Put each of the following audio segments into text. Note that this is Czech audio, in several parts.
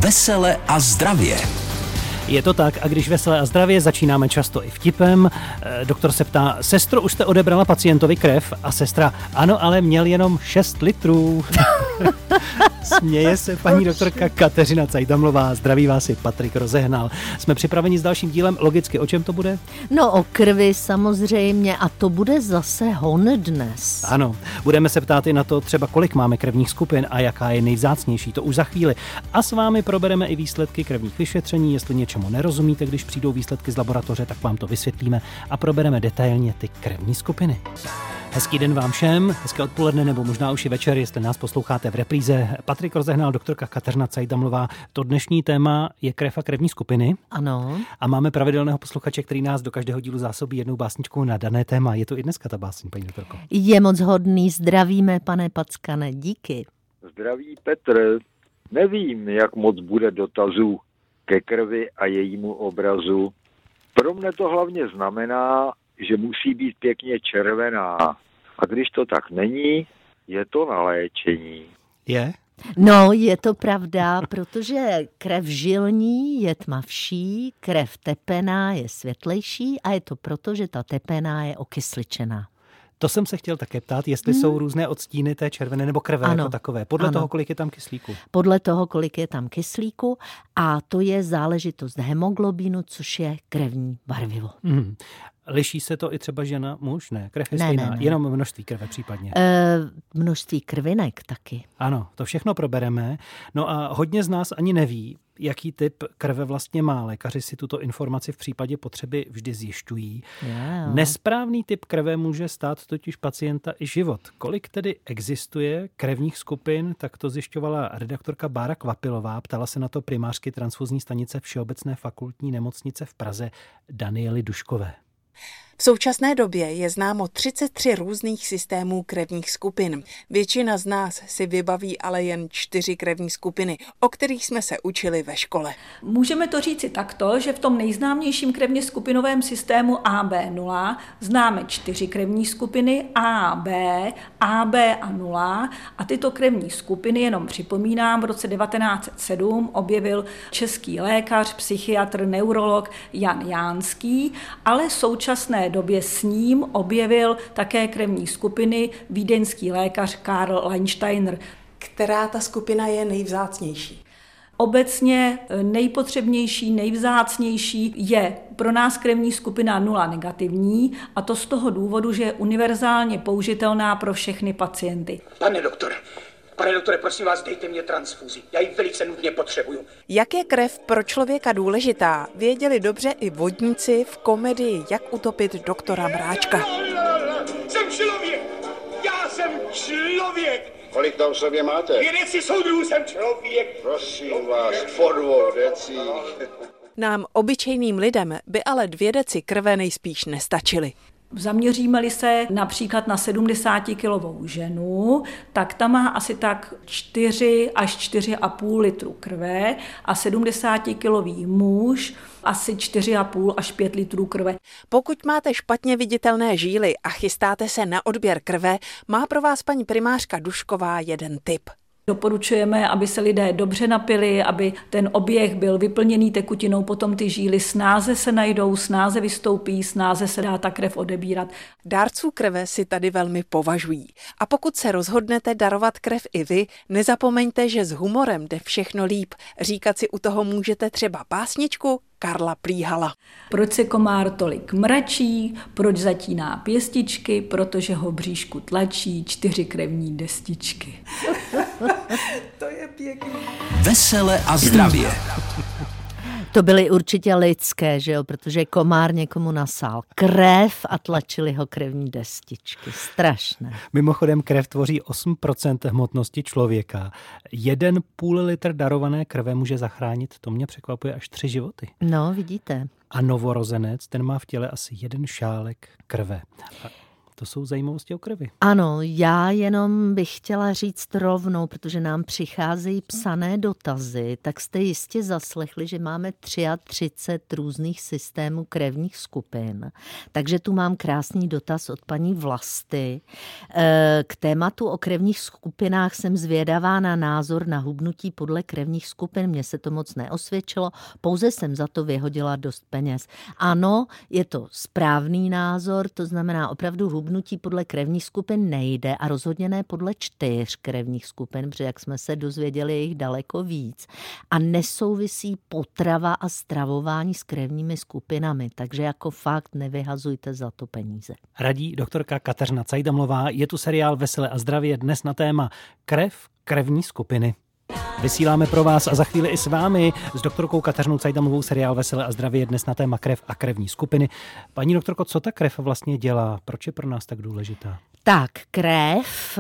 Vesele a zdravě. Je to tak, a když veselé a zdravě, začínáme často i vtipem. Doktor se ptá: sestro, už jste odebrala pacientovi krev? A sestra: ano, ale měl jenom 6 litrů. Směje se paní doktorka Kateřina Cajdamlová. Zdraví vás i Patrik Rozehnal. Jsme připraveni s dalším dílem. Logicky, o čem to bude? No, o krvi samozřejmě, a to bude zase hon dnes. Ano, budeme se ptát i na to třeba, kolik máme krevních skupin a jaká je nejvzácnější, to už za chvíli. A s vámi probereme i výsledky krevních vyšetření. Jestli něčemu nerozumíte, když přijdou výsledky z laboratoře, tak vám to vysvětlíme a probereme detailně ty krevní skupiny. Hezký den vám všem, hezké odpoledne nebo možná už i večer, jestli nás posloucháte v repríze. Patrik Rozehnal, doktorka Kateřina Cajdamlová. To dnešní téma je krev a krevní skupiny. Ano. A máme pravidelného posluchače, který nás do každého dílu zásobí jednou básničkou na dané téma. Je to i dneska ta básň, paní doktorko? Je moc hodný, zdravíme, pane Packane, díky. Zdraví Petr. Nevím, jak moc bude dotazů ke krvi a jejímu obrazu. Pro mne to hlavně znamená, že musí být pěkně červená. A když to tak není, je to na léčení. Je? No, je to pravda, protože krev žilní je tmavší, krev tepená je světlejší a je to proto, že ta tepená je okysličená. To jsem se chtěl také ptát, jestli jsou různé odstíny té červené nebo krve jako takové. Podle toho, kolik je tam kyslíku. Podle toho, kolik je tam kyslíku, a to je záležitost hemoglobinu, což je krevní barvivo. Liší se to i třeba žena, muž? Ne, krev je stejná, ne. Jenom množství krve případně. Množství krvinek taky. Ano, to všechno probereme. No a hodně z nás ani neví, jaký typ krve vlastně má. Lékaři si tuto informaci v případě potřeby vždy zjišťují. Yeah. Nesprávný typ krve může stát totiž pacienta i život. Kolik tedy existuje krevních skupin, tak to zjišťovala redaktorka Bára Kvapilová. Ptala se na to primářky transfuzní stanice Všeobecné fakultní nemocnice v Praze Daniely Duškové. V současné době je známo 33 různých systémů krevních skupin. Většina z nás si vybaví ale jen 4 krevní skupiny, o kterých jsme se učili ve škole. Můžeme to říci takto, že v tom nejznámějším krevně skupinovém systému AB0 známe 4 krevní skupiny AB a 0 a tyto krevní skupiny, jenom připomínám, v roce 1907 objevil český lékař, psychiatr, neurolog Jan Jánský, ale v současné době s ním objevil také krevní skupiny vídeňský lékař Karl Landsteiner. Která ta skupina je nejvzácnější? Obecně nejpotřebnější, nejvzácnější je pro nás krevní skupina 0 negativní, a to z toho důvodu, že je univerzálně použitelná pro všechny pacienty. Pane doktore, prosím vás, dejte mě transfuzi. Já ji velice nutně potřebuju. Jak je krev pro člověka důležitá, věděli dobře i vodníci v komedii Jak utopit doktora Mráčka. Jsem člověk! Já jsem člověk! Kolik tam v sobě máte? 2 deci soudruhů, jsem člověk! Prosím vás, po 2 decích. Nám, obyčejným lidem, by ale 2 deci krve nejspíš nestačily. Zaměříme-li se například na 70kilovou ženu, tak ta má asi tak 4 až 4,5 litru krve a 70kilový muž asi 4,5 až 5 litrů krve. Pokud máte špatně viditelné žíly a chystáte se na odběr krve, má pro vás paní primářka Dušková jeden tip. Doporučujeme, aby se lidé dobře napili, aby ten oběh byl vyplněný tekutinou, potom ty žíly snáze se najdou, snáze vystoupí, snáze se dá ta krev odebírat. Dárců krve si tady velmi považují. A pokud se rozhodnete darovat krev i vy, nezapomeňte, že s humorem jde všechno líp. Říkat si u toho můžete třeba básničku Karla Plíhala. Proč se komár tolik mračí, proč zatíná pěstičky, protože ho bříšku tlačí 4 krevní destičky. To je pěkný. Vesele a zdravě. To byly určitě lidské, že jo, protože komár někomu nasál krev a tlačili ho krevní destičky. Strašné. Mimochodem krev tvoří 8% hmotnosti člověka. 1,5 litr darované krve může zachránit, to mě překvapuje, až 3 životy. No, vidíte. A novorozenec, ten má v těle asi 1 šálek krve. To jsou zajímavosti o krvi. Ano, já jenom bych chtěla říct rovnou, protože nám přicházejí psané dotazy, tak jste jistě zaslechli, že máme 33 různých systémů krevních skupin. Takže tu mám krásný dotaz od paní Vlasty. K tématu o krevních skupinách jsem zvědavá na názor na hubnutí podle krevních skupin. Mně se to moc neosvědčilo, pouze jsem za to vyhodila dost peněz. Ano, je to správný názor, to znamená opravdu hubnutí podle krevních skupin nejde a rozhodně ne podle 4 krevních skupin, protože jak jsme se dozvěděli, je jich daleko víc. A nesouvisí potrava a stravování s krevními skupinami, takže jako fakt nevyhazujte za to peníze. Radí doktorka Kateřina Cajdamlová. Je tu seriál Vesele a zdravě dnes na téma krev, krevní skupiny. Vysíláme pro vás a za chvíli i s vámi s doktorkou Kateřinou Cajdamlovou seriál Vesele a zdravě dnes na téma krev a krevní skupiny. Paní doktorko, co ta krev vlastně dělá? Proč je pro nás tak důležitá? Tak, krev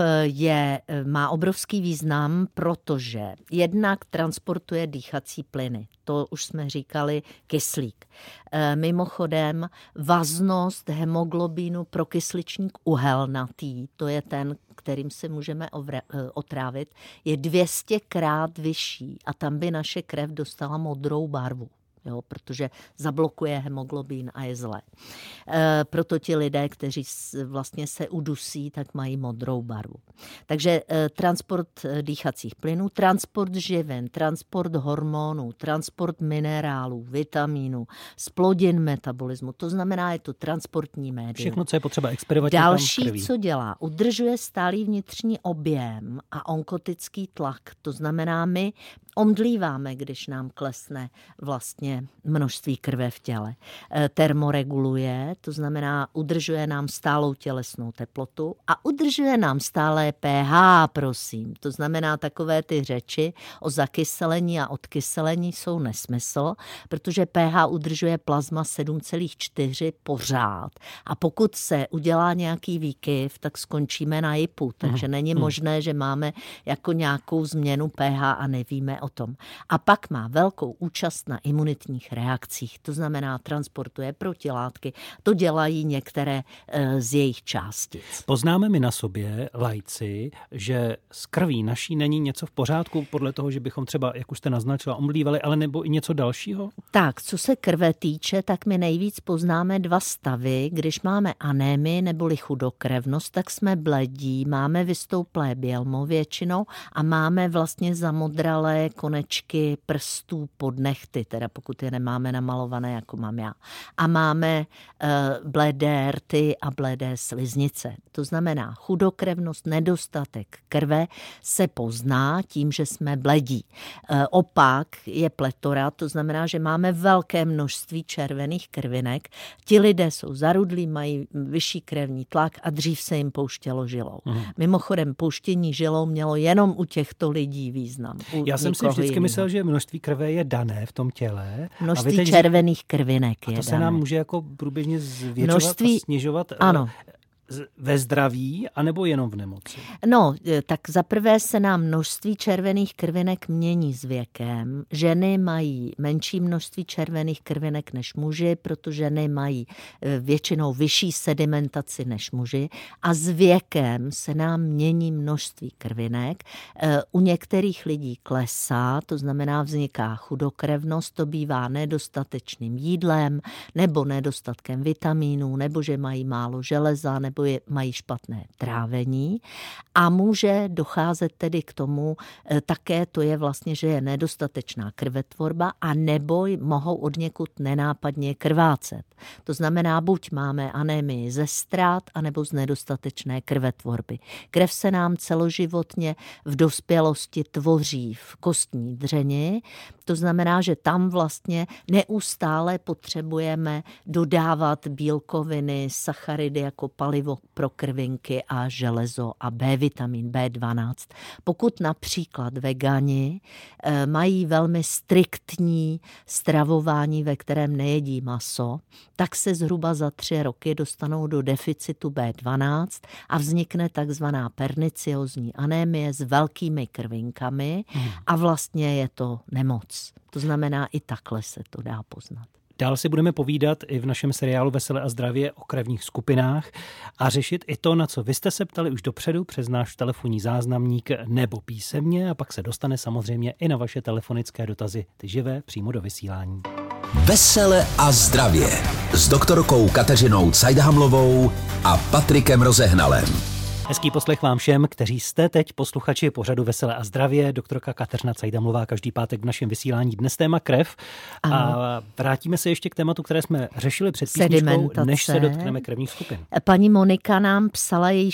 má obrovský význam, protože jednak transportuje dýchací plyny. To už jsme říkali, kyslík. Mimochodem, vaznost hemoglobínu pro kysličník uhelnatý, to je ten, kterým se můžeme otrávit, je 200krát vyšší a tam by naše krev dostala modrou barvu. Jo, protože zablokuje hemoglobín a je zlé. Proto ti lidé, kteří vlastně se udusí, tak mají modrou barvu. Takže transport dýchacích plynů, transport živin, transport hormonů, transport minerálů, vitamínů, zplodin metabolismu, to znamená, je to transportní médium. Všechno, co je potřeba expirovat. Další, co dělá, udržuje stálý vnitřní objem a onkotický tlak. To znamená, my omdlíváme, když nám klesne vlastně množství krve v těle. Termoreguluje, to znamená udržuje nám stálou tělesnou teplotu a udržuje nám stálé pH, prosím. To znamená takové ty řeči o zakyselení a odkyselení jsou nesmysl, protože pH udržuje plazma 7,4 pořád. A pokud se udělá nějaký výkyv, tak skončíme na JIPu. Takže není možné, že máme jako nějakou změnu pH a nevíme o tom. A pak má velkou účast na imunitních reakcích, to znamená transportuje protilátky, to dělají některé z jejich částic. Poznáme my na sobě, laici, že s krví naší není něco v pořádku podle toho, že bychom třeba, jak už jste naznačila, omdlívali, ale nebo i něco dalšího? Tak, co se krve týče, tak my nejvíc poznáme 2 stavy. Když máme anémii neboli chudokrevnost, tak jsme bledí, máme vystouplé bělmo většinou a máme vlastně zamodralé konečky prstů pod nehty, teda pokud je nemáme namalované, jako mám já. A máme bledé rty a bledé sliznice. To znamená, chudokrevnost, nedostatek krve se pozná tím, že jsme bledí. Opak je pletora, to znamená, že máme velké množství červených krvinek. Ti lidé jsou zarudlí, mají vyšší krevní tlak a dřív se jim pouštělo žilou. Mimochodem, pouštění žilou mělo jenom u těchto lidí význam. Já jsem si vždycky myslel, že množství krve je dané v tom těle. Množství červených krvinek je dané. A to se dané. nám může jako průběžně zvětšovat a snižovat? Ano. Ve zdraví, anebo jenom v nemoci? No, tak zaprvé se nám množství červených krvinek mění s věkem. Ženy mají menší množství červených krvinek než muži, protože ženy mají většinou vyšší sedimentaci než muži a s věkem se nám mění množství krvinek. U některých lidí klesá, to znamená vzniká chudokrevnost, to bývá nedostatečným jídlem nebo nedostatkem vitamínů, nebo že mají málo železa, nebo mají špatné trávení a může docházet tedy k tomu, také to je vlastně, že je nedostatečná krvetvorba a nebo mohou odněkud nenápadně krvácet. To znamená, buď máme anémii ze ztrát, anebo z nedostatečné krvetvorby. Krev se nám celoživotně v dospělosti tvoří v kostní dřeni, to znamená, že tam vlastně neustále potřebujeme dodávat bílkoviny, sacharidy jako palivo pro krvinky a železo a B-vitamin, B12. Pokud například vegani mají velmi striktní stravování, ve kterém nejedí maso, tak se zhruba za 3 roky dostanou do deficitu B12 a vznikne takzvaná perniciozní anémie s velkými krvinkami a vlastně je to nemoc. To znamená, i takhle se to dá poznat. Dál si budeme povídat i v našem seriálu Veselé a zdravě o krevních skupinách a řešit i to, na co vy jste se ptali už dopředu přes náš telefonní záznamník nebo písemně, a pak se dostane samozřejmě i na vaše telefonické dotazy, ty živé, přímo do vysílání. Vesele a zdravě s doktorkou Kateřinou Cajdhamlovou a Patrikem Rozehnalem. Hezký poslech vám všem, kteří jste teď posluchači pořadu Veselé a zdravě. Doktorka Kateřina Cajdhamlová každý pátek v našem vysílání, dnes téma krev. Ano. A vrátíme se ještě k tématu, které jsme řešili před písničkou, než se dotkneme krevních skupin. Paní Monika nám psala, její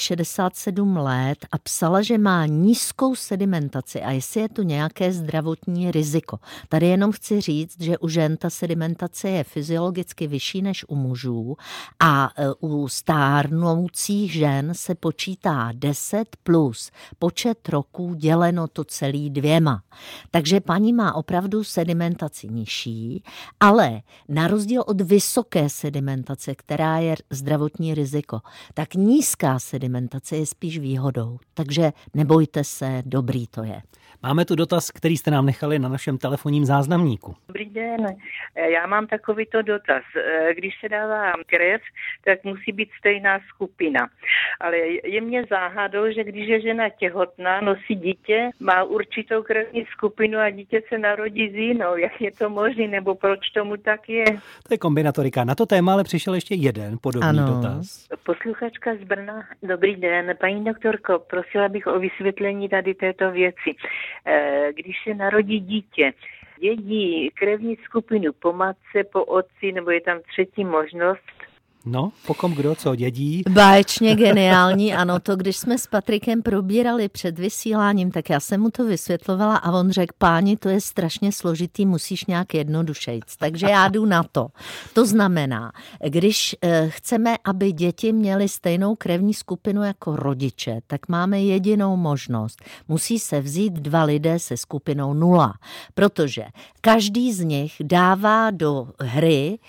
67 let, a psala, že má nízkou sedimentaci a jestli je to nějaké zdravotní riziko. Tady jenom chci říct, že u žen ta sedimentace je fyziologicky vyšší než u mužů a u stárnoucích žen se počítá 10 plus počet roků děleno to celý 2. Takže paní má opravdu sedimentaci nižší, ale na rozdíl od vysoké sedimentace, která je zdravotní riziko, tak nízká sedimentace je spíš výhodou. Takže nebojte se, dobrý to je. Máme tu dotaz, který jste nám nechali na našem telefonním záznamníku. Dobrý den, já mám takovýto dotaz. Když se dává krev, tak musí být stejná skupina. Ale je mě záhadou, že když je žena těhotná, nosí dítě, má určitou krevní skupinu a dítě se narodí s jinou. Jak je to možné, nebo proč tomu tak je? To je kombinatorika. Na to téma ale přišel ještě jeden podobný dotaz. Posluchačka z Brna. Dobrý den, paní doktorko, prosila bych o vysvětlení tady této věci. Když se narodí dítě, dědí krevní skupinu po matce, po otci, nebo je tam třetí možnost? No, po kom kdo co dědí. Báječně geniální, ano, to když jsme s Patrikem probírali před vysíláním, tak já jsem mu to vysvětlovala a on řekl, páni, to je strašně složitý, musíš nějak jednodušejc, takže já jdu na to. To znamená, když chceme, aby děti měly stejnou krevní skupinu jako rodiče, tak máme jedinou možnost. Musí se vzít 2 lidé se skupinou 0, protože každý z nich dává do hry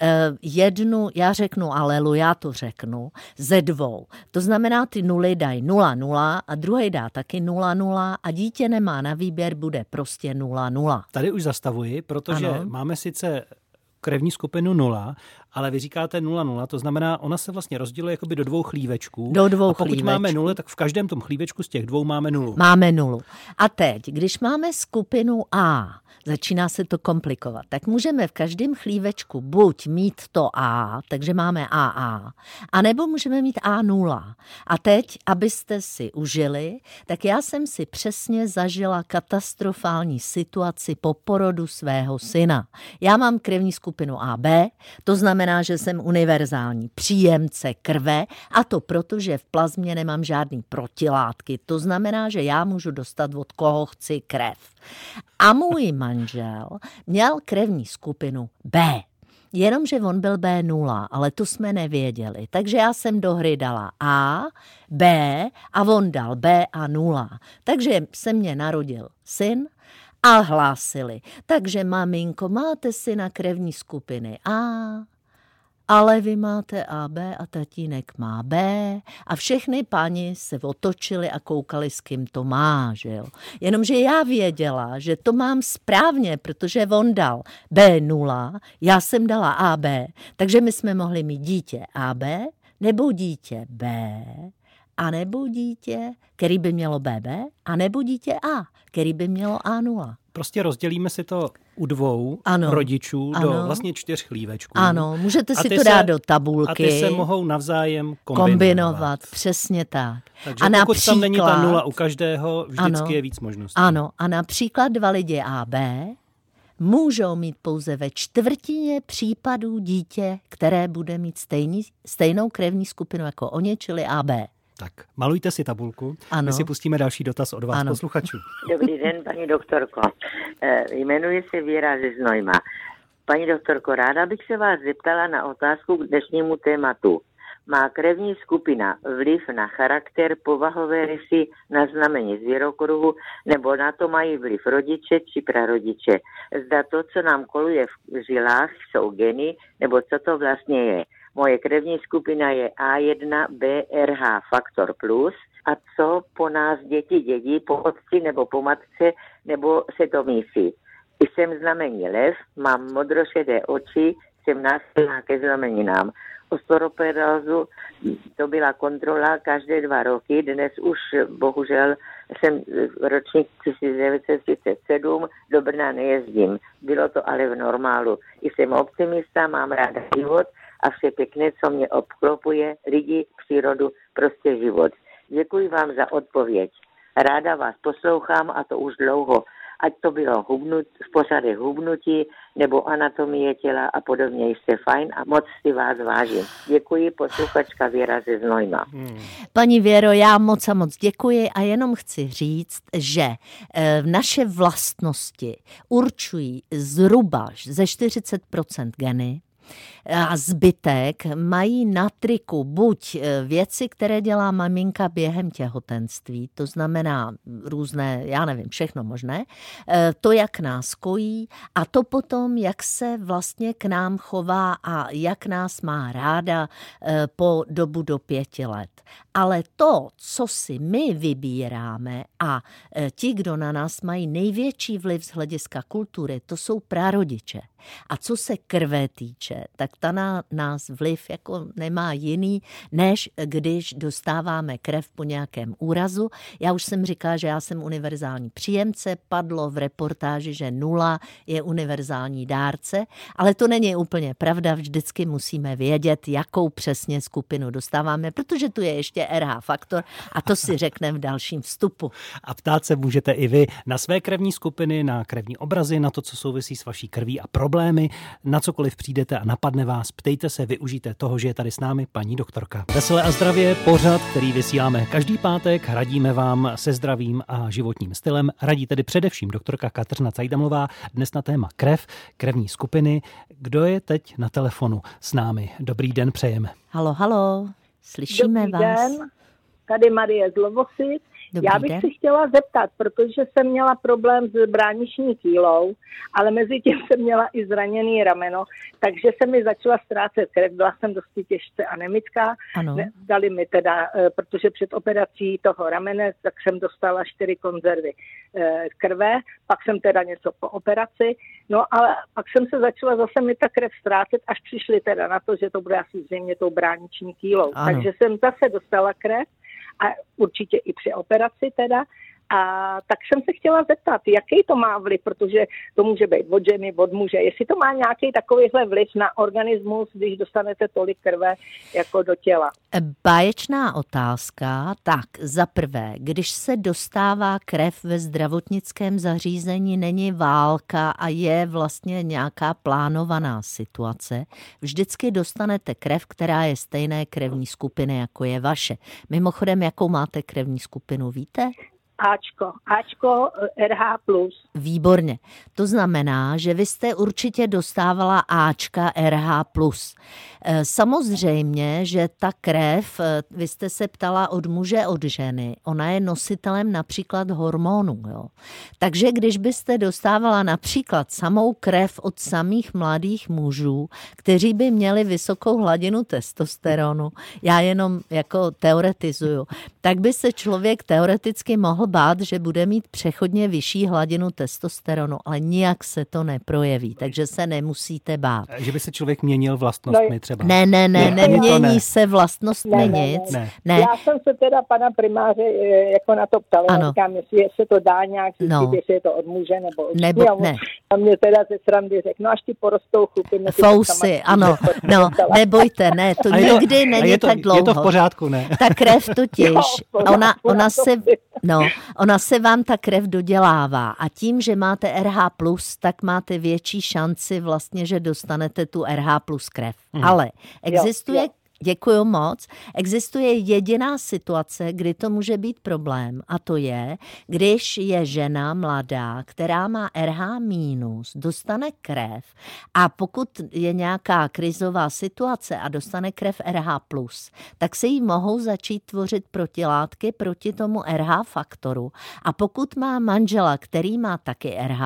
jednu, já řeknu alelu, já to řeknu, ze 2. To znamená, ty nuly dají 0,0 a druhý dá taky 0,0 a dítě nemá na výběr, bude prostě 0,0. Tady už zastavuji, protože máme sice krevní skupinu 0, ale vy říkáte 0,0, to znamená, ona se vlastně rozděluje jakoby do 2 chlívečků. Do 2 a pokud chlívečků máme 0, tak v každém tom chlívečku z těch 2 máme 0. Máme 0. A teď, když máme skupinu A, začíná se to komplikovat, tak můžeme v každém chlívečku buď mít to A, takže máme AA, anebo můžeme mít A0. A teď, abyste si užili, tak já jsem si přesně zažila katastrofální situaci po porodu svého syna. Já mám krevní skupinu AB, to znamená, že jsem univerzální příjemce krve, a to proto, že v plazmě nemám žádný protilátky. To znamená, že já můžu dostat od koho chci krev. A můj manžel měl krevní skupinu B. Jenomže on byl B0, ale to jsme nevěděli. Takže já jsem do hry dala A, B a on dal B a 0. Takže se mě narodil syn a hlásili. Takže maminko, máte syna krevní skupiny A, ale vy máte AB a tatínek má B a všechny páni se otočili a koukali, s kým to má, že jo. Jenomže já věděla, že to mám správně, protože on dal B0, já jsem dala AB, takže my jsme mohli mít dítě AB nebo dítě B, a nebo dítě, který by mělo BB, a nebo dítě A, který by mělo A0. Prostě rozdělíme si to u 2 rodičů do vlastně 4 chlívečků. Ano, můžete si to dát do tabulky. A ty se mohou navzájem kombinovat. Přesně tak. Takže a pokud tam není ta 0 u každého, vždycky je víc možností. Ano, a například 2 lidi AB můžou mít pouze ve 1/4 případů dítě, které bude mít stejnou krevní skupinu jako oni, čili AB. Tak, malujte si tabulku. Ano. My si pustíme další dotaz od vás, posluchačů. Dobrý den, paní doktorko. Jmenuji se Věra ze Znojma. Paní doktorko, ráda bych se vás zeptala na otázku k dnešnímu tématu. Má krevní skupina vliv na charakter, povahové rysy, na znamení zvěrokruhu, nebo na to mají vliv rodiče či prarodiče? Zda to, co nám koluje v žilách, jsou geny, nebo co to vlastně je? Moje krevní skupina je A1 BRH faktor plus. A co po nás děti dědí, po otci nebo po matce, nebo se to mísí? Jsem znamení lev, mám modrošedé oči, jsem náchylná ke zlomeninám. Osteoporózu, to byla kontrola každé 2 roky, dnes už bohužel jsem ročník 1937, do Brna nejezdím. Bylo to ale v normálu. Jsem optimista, mám ráda život a vše pěkné, co mě obklopuje, lidi, přírodu, prostě život. Děkuji vám za odpověď. Ráda vás poslouchám a to už dlouho. Ať to bylo v pořadech hubnutí nebo anatomie těla a podobně, jste fajn a moc si vás vážím. Děkuji, posluchačka Věra ze Znojma. Paní Věro, já moc a moc děkuji a jenom chci říct, že naše vlastnosti určují zhruba ze 40% geny, a zbytek mají na triku buď věci, které dělá maminka během těhotenství, to znamená různé, já nevím, všechno možné, to, jak nás kojí a to potom, jak se vlastně k nám chová a jak nás má ráda po dobu do 5 let. Ale to, co si my vybíráme a ti, kdo na nás mají největší vliv z hlediska kultury, to jsou prarodiče. A co se krve týče, tak ta na nás vliv jako nemá jiný, než když dostáváme krev po nějakém úrazu. Já už jsem říkala, že já jsem univerzální příjemce, padlo v reportáži, že 0 je univerzální dárce, ale to není úplně pravda, vždycky musíme vědět, jakou přesně skupinu dostáváme, protože tu je ještě RH faktor a to si řekneme v dalším vstupu. A ptát se můžete i vy na své krevní skupiny, na krevní obrazy, na to, co souvisí s vaší krví a problémy, na cokoliv přijdete a napadne vás, ptejte se, využijte toho, že je tady s námi paní doktorka. Veselé a zdravě, pořad, který vysíláme každý pátek, radíme vám se zdravím a životním stylem. Radí tedy především doktorka Kateřina Cajdamlová, dnes na téma krev, krevní skupiny. Kdo je teď na telefonu s námi? Dobrý den přejeme. Halo, slyšíme Dobrý vás. Den, tady Marie z Lovosic. Já bych si chtěla zeptat, protože jsem měla problém s brániční kýlou, ale mezi tím jsem měla i zraněný rameno, takže se mi začala ztrácet krev, byla jsem dosti těžce anemická. Dali mi teda, protože před operací toho ramene, tak jsem dostala 4 konzervy krve, pak jsem teda něco po operaci, no ale pak jsem se začala zase mi ta krev ztrácet, až přišli teda na to, že to bude asi zřejmě tou brániční kýlou. Takže jsem zase dostala krev, a určitě i při operaci teda. A tak jsem se chtěla zeptat, jaký to má vliv, protože to může být od ženy, od muže. Jestli to má nějaký takovýhle vliv na organismus, když dostanete tolik krve jako do těla. Báječná otázka. Tak, za prvé, když se dostává krev ve zdravotnickém zařízení, není válka a je vlastně nějaká plánovaná situace. Vždycky dostanete krev, která je stejné krevní skupiny, jako je vaše. Mimochodem, jakou máte krevní skupinu, víte? Ačko RH+. Výborně. To znamená, že vy jste určitě dostávala Ačka RH+. Samozřejmě, že ta krev, vy jste se ptala od muže, od ženy, ona je nositelem například hormonů. Jo. Takže když byste dostávala například samou krev od samých mladých mužů, kteří by měli vysokou hladinu testosteronu, já jenom jako teoretizuju, tak by se člověk teoreticky mohl bát, že bude mít přechodně vyšší hladinu testosteronu, ale nijak se to neprojeví, takže se nemusíte bát. Že by se člověk měnil vlastnostmi třeba? Nemění se vlastnostmi nic. Ne. Já jsem se teda pana primáře jako na to ptala, říkám, jestli se to dá nějak zjistit, jestli je to od muže nebo od ženy. Ne. A mě teda ze srandy řekl, no až ti porostou chlupy. Fousy, ano, nebojte, ne, to nikdy není tak dlouho. Je to v pořádku, ne? Ta krev totiž, ona se vám ta krev dodělává a tím, že máte RH+, tak máte větší šanci vlastně, že dostanete tu RH+ krev. Ale existuje... Děkuju moc. Existuje jediná situace, kdy to může být problém a to je, když je žena mladá, která má RH-, dostane krev a pokud je nějaká krizová situace a dostane krev RH+, tak se jí mohou začít tvořit protilátky proti tomu RH faktoru a pokud má manžela, který má taky RH+,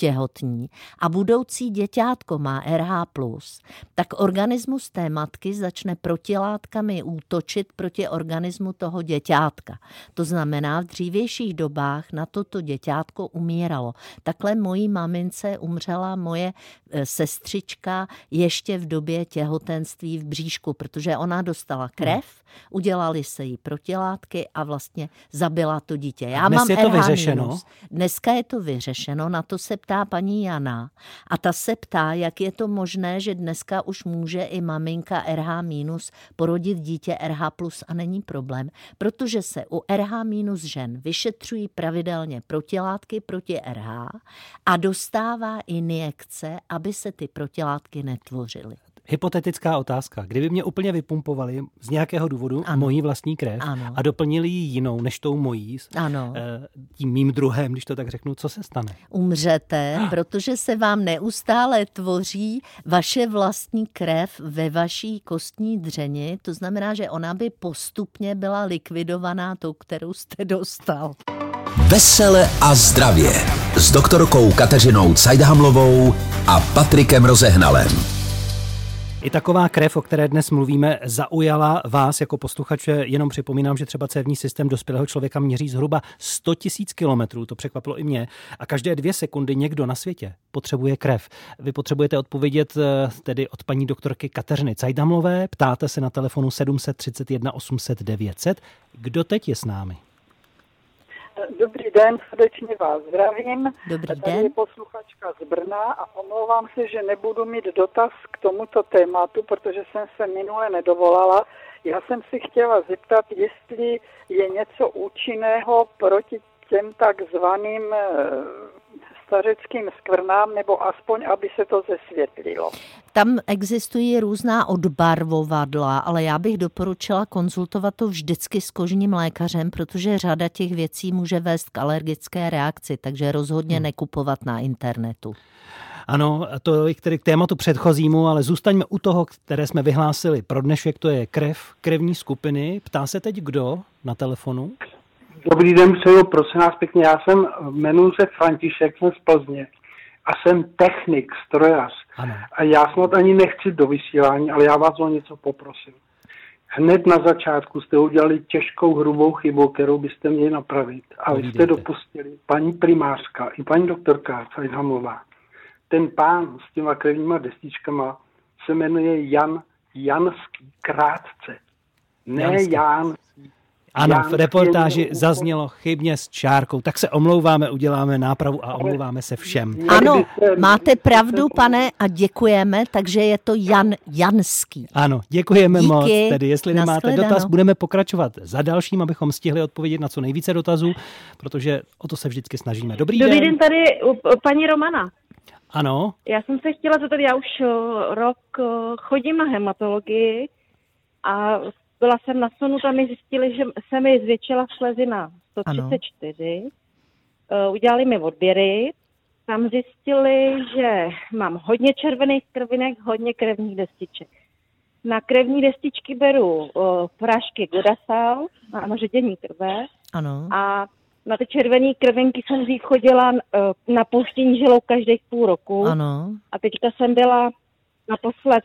otěhotní a budoucí děťátko má RH+, tak organismus té matky začne začne protilátkami útočit proti organismu toho děťátka. To znamená, v dřívějších dobách na toto děťátko umíralo. Takhle mojí mamince umřela moje sestřička ještě v době těhotenství v bříšku, protože ona dostala krev, udělali se jí protilátky a vlastně zabila to dítě. Já Dnes mám je to RH-. vyřešeno? Dneska je to vyřešeno, na to se ptá paní Jana. A ta se ptá, jak je to možné, že dneska už může i maminka RH- porodit dítě RH+, a není problém, protože se u RH- žen vyšetřují pravidelně protilátky proti RH a dostává injekce, aby se ty protilátky netvořily. Hypotetická otázka. Kdyby mě úplně vypumpovali z nějakého důvodu mojí vlastní krev a doplnili ji jinou než tou mojí, tím mým druhem, když to tak řeknu, co se stane? Umřete, protože se vám neustále tvoří vaše vlastní krev ve vaší kostní dřeni. To znamená, že ona by postupně byla likvidovaná tou, kterou jste dostal. Vesele a zdravě s doktorkou Kateřinou Cajdahamlovou a Patrikem Rozehnalem. I taková krev, o které dnes mluvíme, zaujala vás jako posluchače. Jenom připomínám, že třeba cévní systém dospělého člověka měří zhruba 100 000 kilometrů, to překvapilo i mě, a každé 2 sekundy někdo na světě potřebuje krev. Vy potřebujete odpovědět tedy od paní doktorky Kateřiny Cajdahamlové, ptáte se na telefonu 731 800 900. Kdo teď je s námi? Dobrý den, srdečně vás zdravím. Dobrý den. Tady je posluchačka z Brna a omlouvám se, že nebudu mít dotaz k tomuto tématu, protože jsem se minule nedovolala. Já jsem si chtěla zeptat, jestli je něco účinného proti těm takzvaným stařeckým skvrnám, nebo aspoň, aby se to zesvětlilo. Tam existují různá odbarvovadla, ale já bych doporučila konzultovat to vždycky s kožním lékařem, protože řada těch věcí může vést k alergické reakci, takže rozhodně nekupovat na internetu. Ano, to je k tématu předchozímu, ale zůstaňme u toho, které jsme vyhlásili pro dnešek, to je krev, krevní skupiny. Ptá se teď kdo na telefonu? Dobrý den, přeju, prosím vás pěkně, jmenuji se František, jsem z Plzně a jsem technik, strojař. Ano. A já snad ani nechci do vysílání, ale já vás o něco poprosím. Hned na začátku jste udělali těžkou, hrubou chybu, kterou byste měli napravit. A vy jste dopustili, paní primářka i paní doktorka Cajdahamlová, ten pán s těma krevníma destičkama se jmenuje Jan Janský, krátce. Ne Jan. Ano, v reportáži zaznělo chybně s čárkou, tak se omlouváme, uděláme nápravu a omlouváme se všem. Ano, máte pravdu, pane, a děkujeme, takže je to Jan Janský. Ano, děkujeme Díky, moc. Tedy jestli nemáte nashledanou. dotaz, budeme pokračovat za dalším, abychom stihli odpovědět na co nejvíce dotazů, protože o to se vždycky snažíme. Dobrý den, tady paní Romana. Ano. Já jsem se chtěla zeptat, já už rok chodím na hematologii a byla jsem na sonu, tam mi zjistili, že se mi zvětšila slezina 134. Udělali mi odběry. Tam zjistili, že mám hodně červených krvinek, hodně krevních destiček. Na krevní destičky beru prášky Godasal na ředění krve. Ano. A na ty červené krvinky jsem dřív chodila na pouštění žilou každých půl roku. Ano. A teďka jsem byla naposled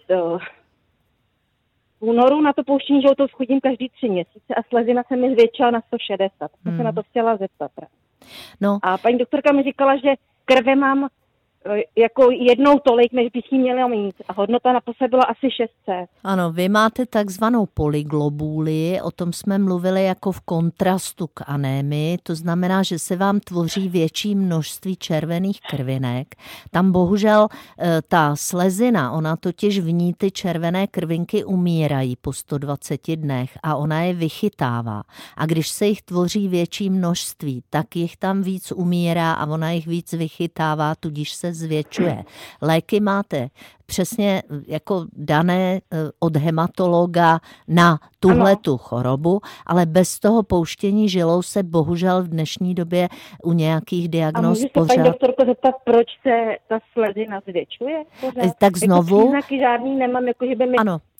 v únoru na to pouštění žilou, to chodím každý 3 měsíce a slezina se mi zvětšila na 160. Jsem se na to chtěla zeptat. No. A paní doktorka mi říkala, že krve mám jako jednou tolik, než bych jí měla mít. A hodnota naposled byla asi 600. Ano, vy máte takzvanou polyglobulii, o tom jsme mluvili jako v kontrastu k anémii, to znamená, že se vám tvoří větší množství červených krvinek. Tam bohužel ta slezina, ona totiž v ní ty červené krvinky umírají po 120 dnech a ona je vychytává. A když se jich tvoří větší množství, tak jich tam víc umírá a ona jich víc vychytává, tudíž se zvětšuje. Léky máte přesně jako dané od hematologa na tuhletu chorobu, ale bez toho pouštění žilou se bohužel v dnešní době u nějakých diagnóz pořád... A můžu se paní doktorko zeptat, proč se ta slezina zvětšuje? Tak znovu... Příznaky žádný nemám, jako že by mi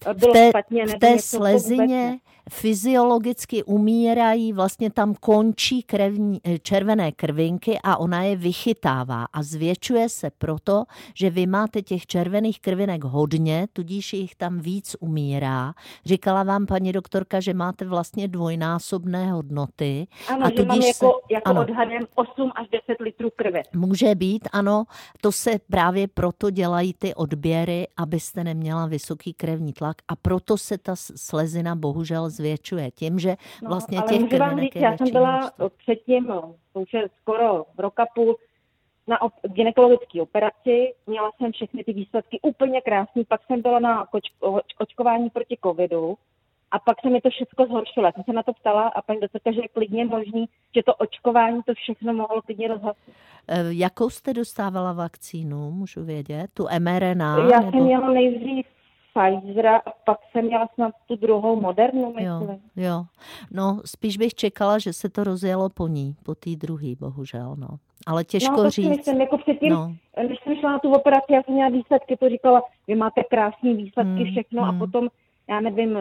bylo špatně. V té slezině fyziologicky umírají, vlastně tam končí červené krvinky a ona je vychytává a zvětšuje se proto, že vy máte těch červených krvinek hodně, tudíž jich tam víc umírá. Říkala vám paní doktorka, že máte vlastně dvojnásobné hodnoty. Ano, a že mám jako ano, odhadem 8 až 10 litrů krve. Může být, ano. To se právě proto dělají ty odběry, abyste neměla vysoký krevní tlak a proto se ta slezina bohužel zvětšuje tím, že vlastně těch krvinek je já jsem byla předtím, to už je skoro rok a půl, na gynekologické operaci, měla jsem všechny ty výsledky úplně krásný, pak jsem byla na očkování proti covidu a pak se mi to všechno zhoršilo. Já jsem se na to ptala a paní doktorka, že je klidně možný, že to očkování to všechno mohlo klidně rozhasit. Jakou jste dostávala vakcínu, můžu vědět? Tu mRNA? Já jsem měla nejdřív Pfizera a pak jsem měla snad tu druhou Modernu, myslím. Jo. No, spíš bych čekala, že se to rozjelo po ní, po té druhý, bohužel, no. Ale těžko říct. Myslím, jako předtím, když jsem šla na tu operaci, já jsem měla výsledky, to říkala, vy máte krásný výsledky, všechno a potom, já nevím,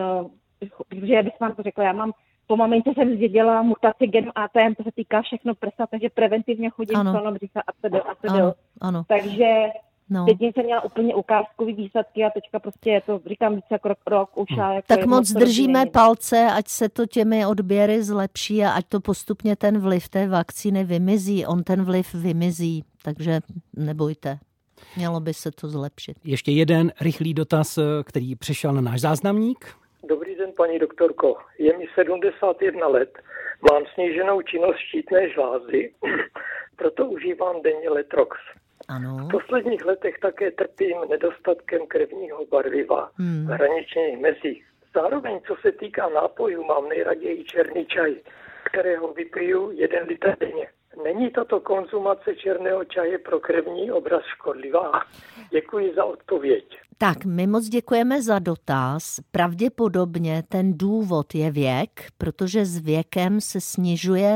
že já bych vám to řekla, já mám po mamince jsem zdědila mutaci genu ATM, to se týká všechno prsa, takže preventivně chodím kolem břicha a to. Ano. Takže teď jsem měla úplně ukázkový výsledky a teďka prostě je to, říkám více jak rok už. Jako tak moc držíme palce, ať se to těmi odběry zlepší a ať to postupně ten vliv té vakcíny vymizí. On ten vliv vymizí, takže nebojte. Mělo by se to zlepšit. Ještě jeden rychlý dotaz, který přišel na náš záznamník. Dobrý den, paní doktorko. Je mi 71 let, mám sníženou činnost štítné žlázy, proto užívám denně Letrox. Ano. V posledních letech také trpím nedostatkem krevního barviva v hraničních mezích. Zároveň, co se týká nápojů, mám nejraději černý čaj, kterého vypiju 1 litr denně. Není tato konzumace černého čaje pro krevní obraz škodlivá? Děkuji za odpověď. Tak, my moc děkujeme za dotaz. Pravděpodobně ten důvod je věk, protože s věkem se snižuje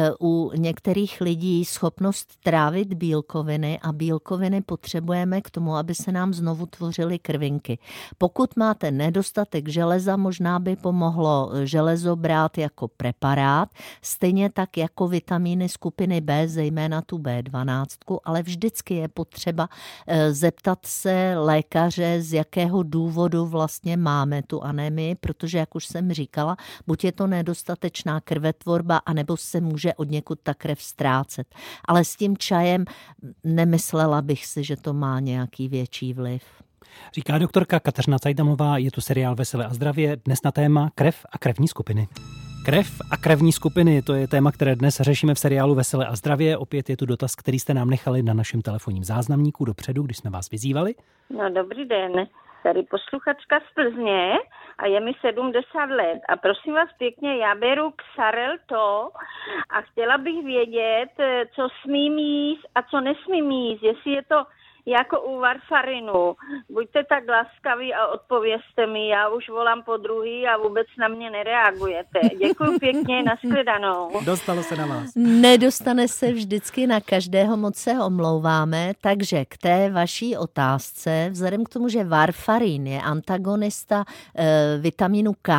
u některých lidí schopnost trávit bílkoviny a bílkoviny potřebujeme k tomu, aby se nám znovu tvořily krvinky. Pokud máte nedostatek železa, možná by pomohlo železo brát jako preparát, stejně tak jako vitamíny skupiny B, zejména tu B12, ale vždycky je potřeba zeptat se lékaře, z jakého důvodu vlastně máme tu anémii, protože, jak už jsem říkala, buď je to nedostatečná krvetvorba, anebo se může odněkud ta krev ztrácet. Ale s tím čajem nemyslela bych si, že to má nějaký větší vliv. Říká doktorka Kateřina Cajdamová, je tu seriál Veselé a zdravě, dnes na téma krev a krevní skupiny. Krev a krevní skupiny, to je téma, které dnes řešíme v seriálu Veselé a zdravě. Opět je tu dotaz, který jste nám nechali na našem telefonním záznamníku dopředu, když jsme vás vyzývali. No, dobrý den, tady posluchačka z Plzně a je mi 70 let a prosím vás pěkně, já beru Xarelto a chtěla bych vědět, co smím jíst a co nesmím jíst, jestli je to jako u varfarinu. Buďte tak laskaví a odpovězte mi, já už volám po druhý a vůbec na mě nereagujete. Děkuji pěkně, nashledanou. Dostalo se na vás. Nedostane se vždycky na každého, moc se omlouváme, takže k té vaší otázce, vzhledem k tomu, že varfarin je antagonista vitamínu K,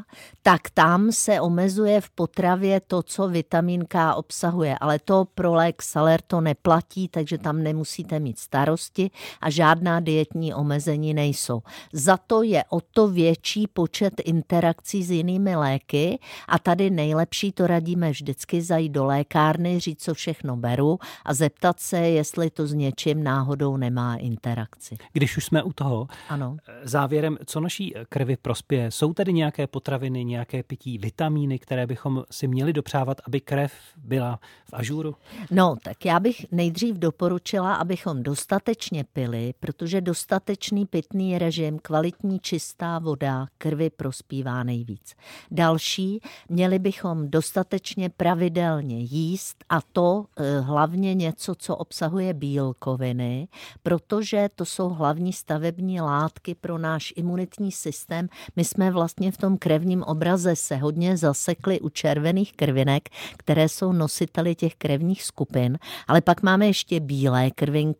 tak tam se omezuje v potravě to, co vitamin K obsahuje, ale to pro lék Xarelto neplatí, takže tam nemusíte mít starosti a žádná dietní omezení nejsou. Za to je o to větší počet interakcí s jinými léky a tady nejlepší to radíme vždycky zajít do lékárny, říct, co všechno beru a zeptat se, jestli to s něčím náhodou nemá interakci. Když už jsme u toho, ano. Závěrem, co naší krvi prospěje? Jsou tedy nějaké potraviny, nějaké pití, vitamíny, které bychom si měli dopřávat, aby krev byla v ažúru? No, tak já bych nejdřív doporučila, abychom dostatečně pili, protože dostatečný pitný režim, kvalitní čistá voda krvi prospívá nejvíc. Další, měli bychom dostatečně pravidelně jíst a to hlavně něco, co obsahuje bílkoviny, protože to jsou hlavní stavební látky pro náš imunitní systém. My jsme vlastně v tom krevním obraze se hodně zasekli u červených krvinek, které jsou nositeli těch krevních skupin, ale pak máme ještě bílé krvinky, které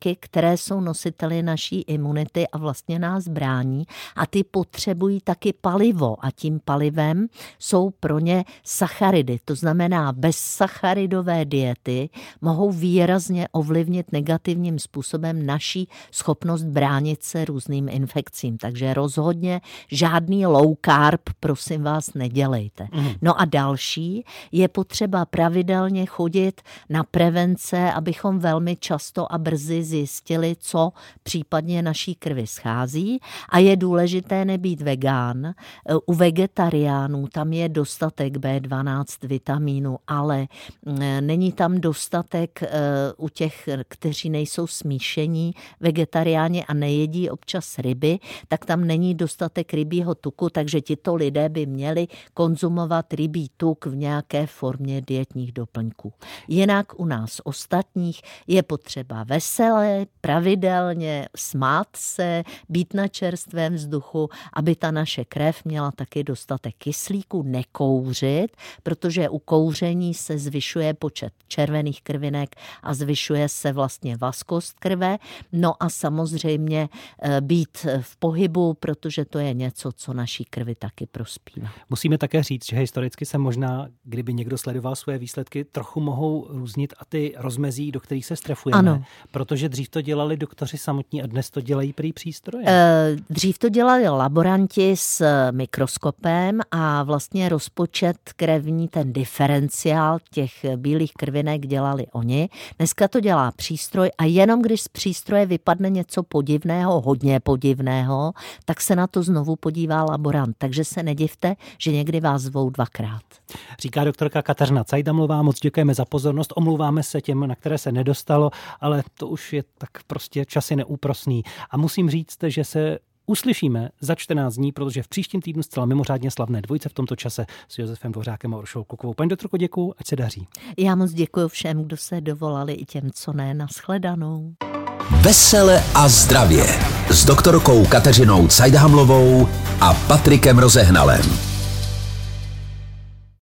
které jsou nositeli naší imunity a vlastně nás brání a ty potřebují taky palivo a tím palivem jsou pro ně sacharidy. To znamená, bezsacharidové diety mohou výrazně ovlivnit negativním způsobem naší schopnost bránit se různým infekcím. Takže rozhodně žádný low carb, prosím vás, nedělejte. No a další, je potřeba pravidelně chodit na prevence, abychom velmi často a brzy zjistili, co případně naší krvi schází a je důležité nebýt vegán. U vegetariánů tam je dostatek B12 vitamínu, ale není tam dostatek u těch, kteří nejsou smíšení vegetariáni a nejedí občas ryby, tak tam není dostatek rybího tuku, takže tito lidé by měli konzumovat rybí tuk v nějaké formě dietních doplňků. Jinak u nás ostatních je potřeba veselé, pravidelně smát se, být na čerstvém vzduchu, aby ta naše krev měla taky dostatek kyslíku, nekouřit, protože u kouření se zvyšuje počet červených krvinek a zvyšuje se vlastně vaskost krve. No a samozřejmě být v pohybu, protože to je něco, co naší krvi taky prospívá. Musíme také říct, že historicky se možná, kdyby někdo sledoval svoje výsledky, trochu mohou různit a ty rozmezí, do kterých se strefujeme. Ano. Protože dřív to dělali doktoři samotní a dnes to dělají prý přístroje. Dřív to dělali laboranti s mikroskopem a vlastně rozpočet krevní, ten diferenciál těch bílých krvinek dělali oni. Dneska to dělá přístroj a jenom když z přístroje vypadne něco podivného, hodně podivného, tak se na to znovu podívá laborant. Takže se nedivte, že někdy vás zvou dvakrát. Říká doktorka Kateřina Cajdhamlová, moc děkujeme za pozornost, omlouváme se těm, na které se nedostalo, ale to už je tak prostě časy neúprosný. A musím říct, že se uslyšíme za 14 dní, protože v příštím týdnu zcela mimořádně slavné dvojice v tomto čase s Josefem Dvořákem a Uršou Klukovou. Paní doktorko, děkuju, ať se daří. Já moc děkuji všem, kdo se dovolali, i těm, co ne, nashledanou. Vesele a zdravě s doktorkou Kateřinou Cajdhamlovou a Patrikem Rozehnalem.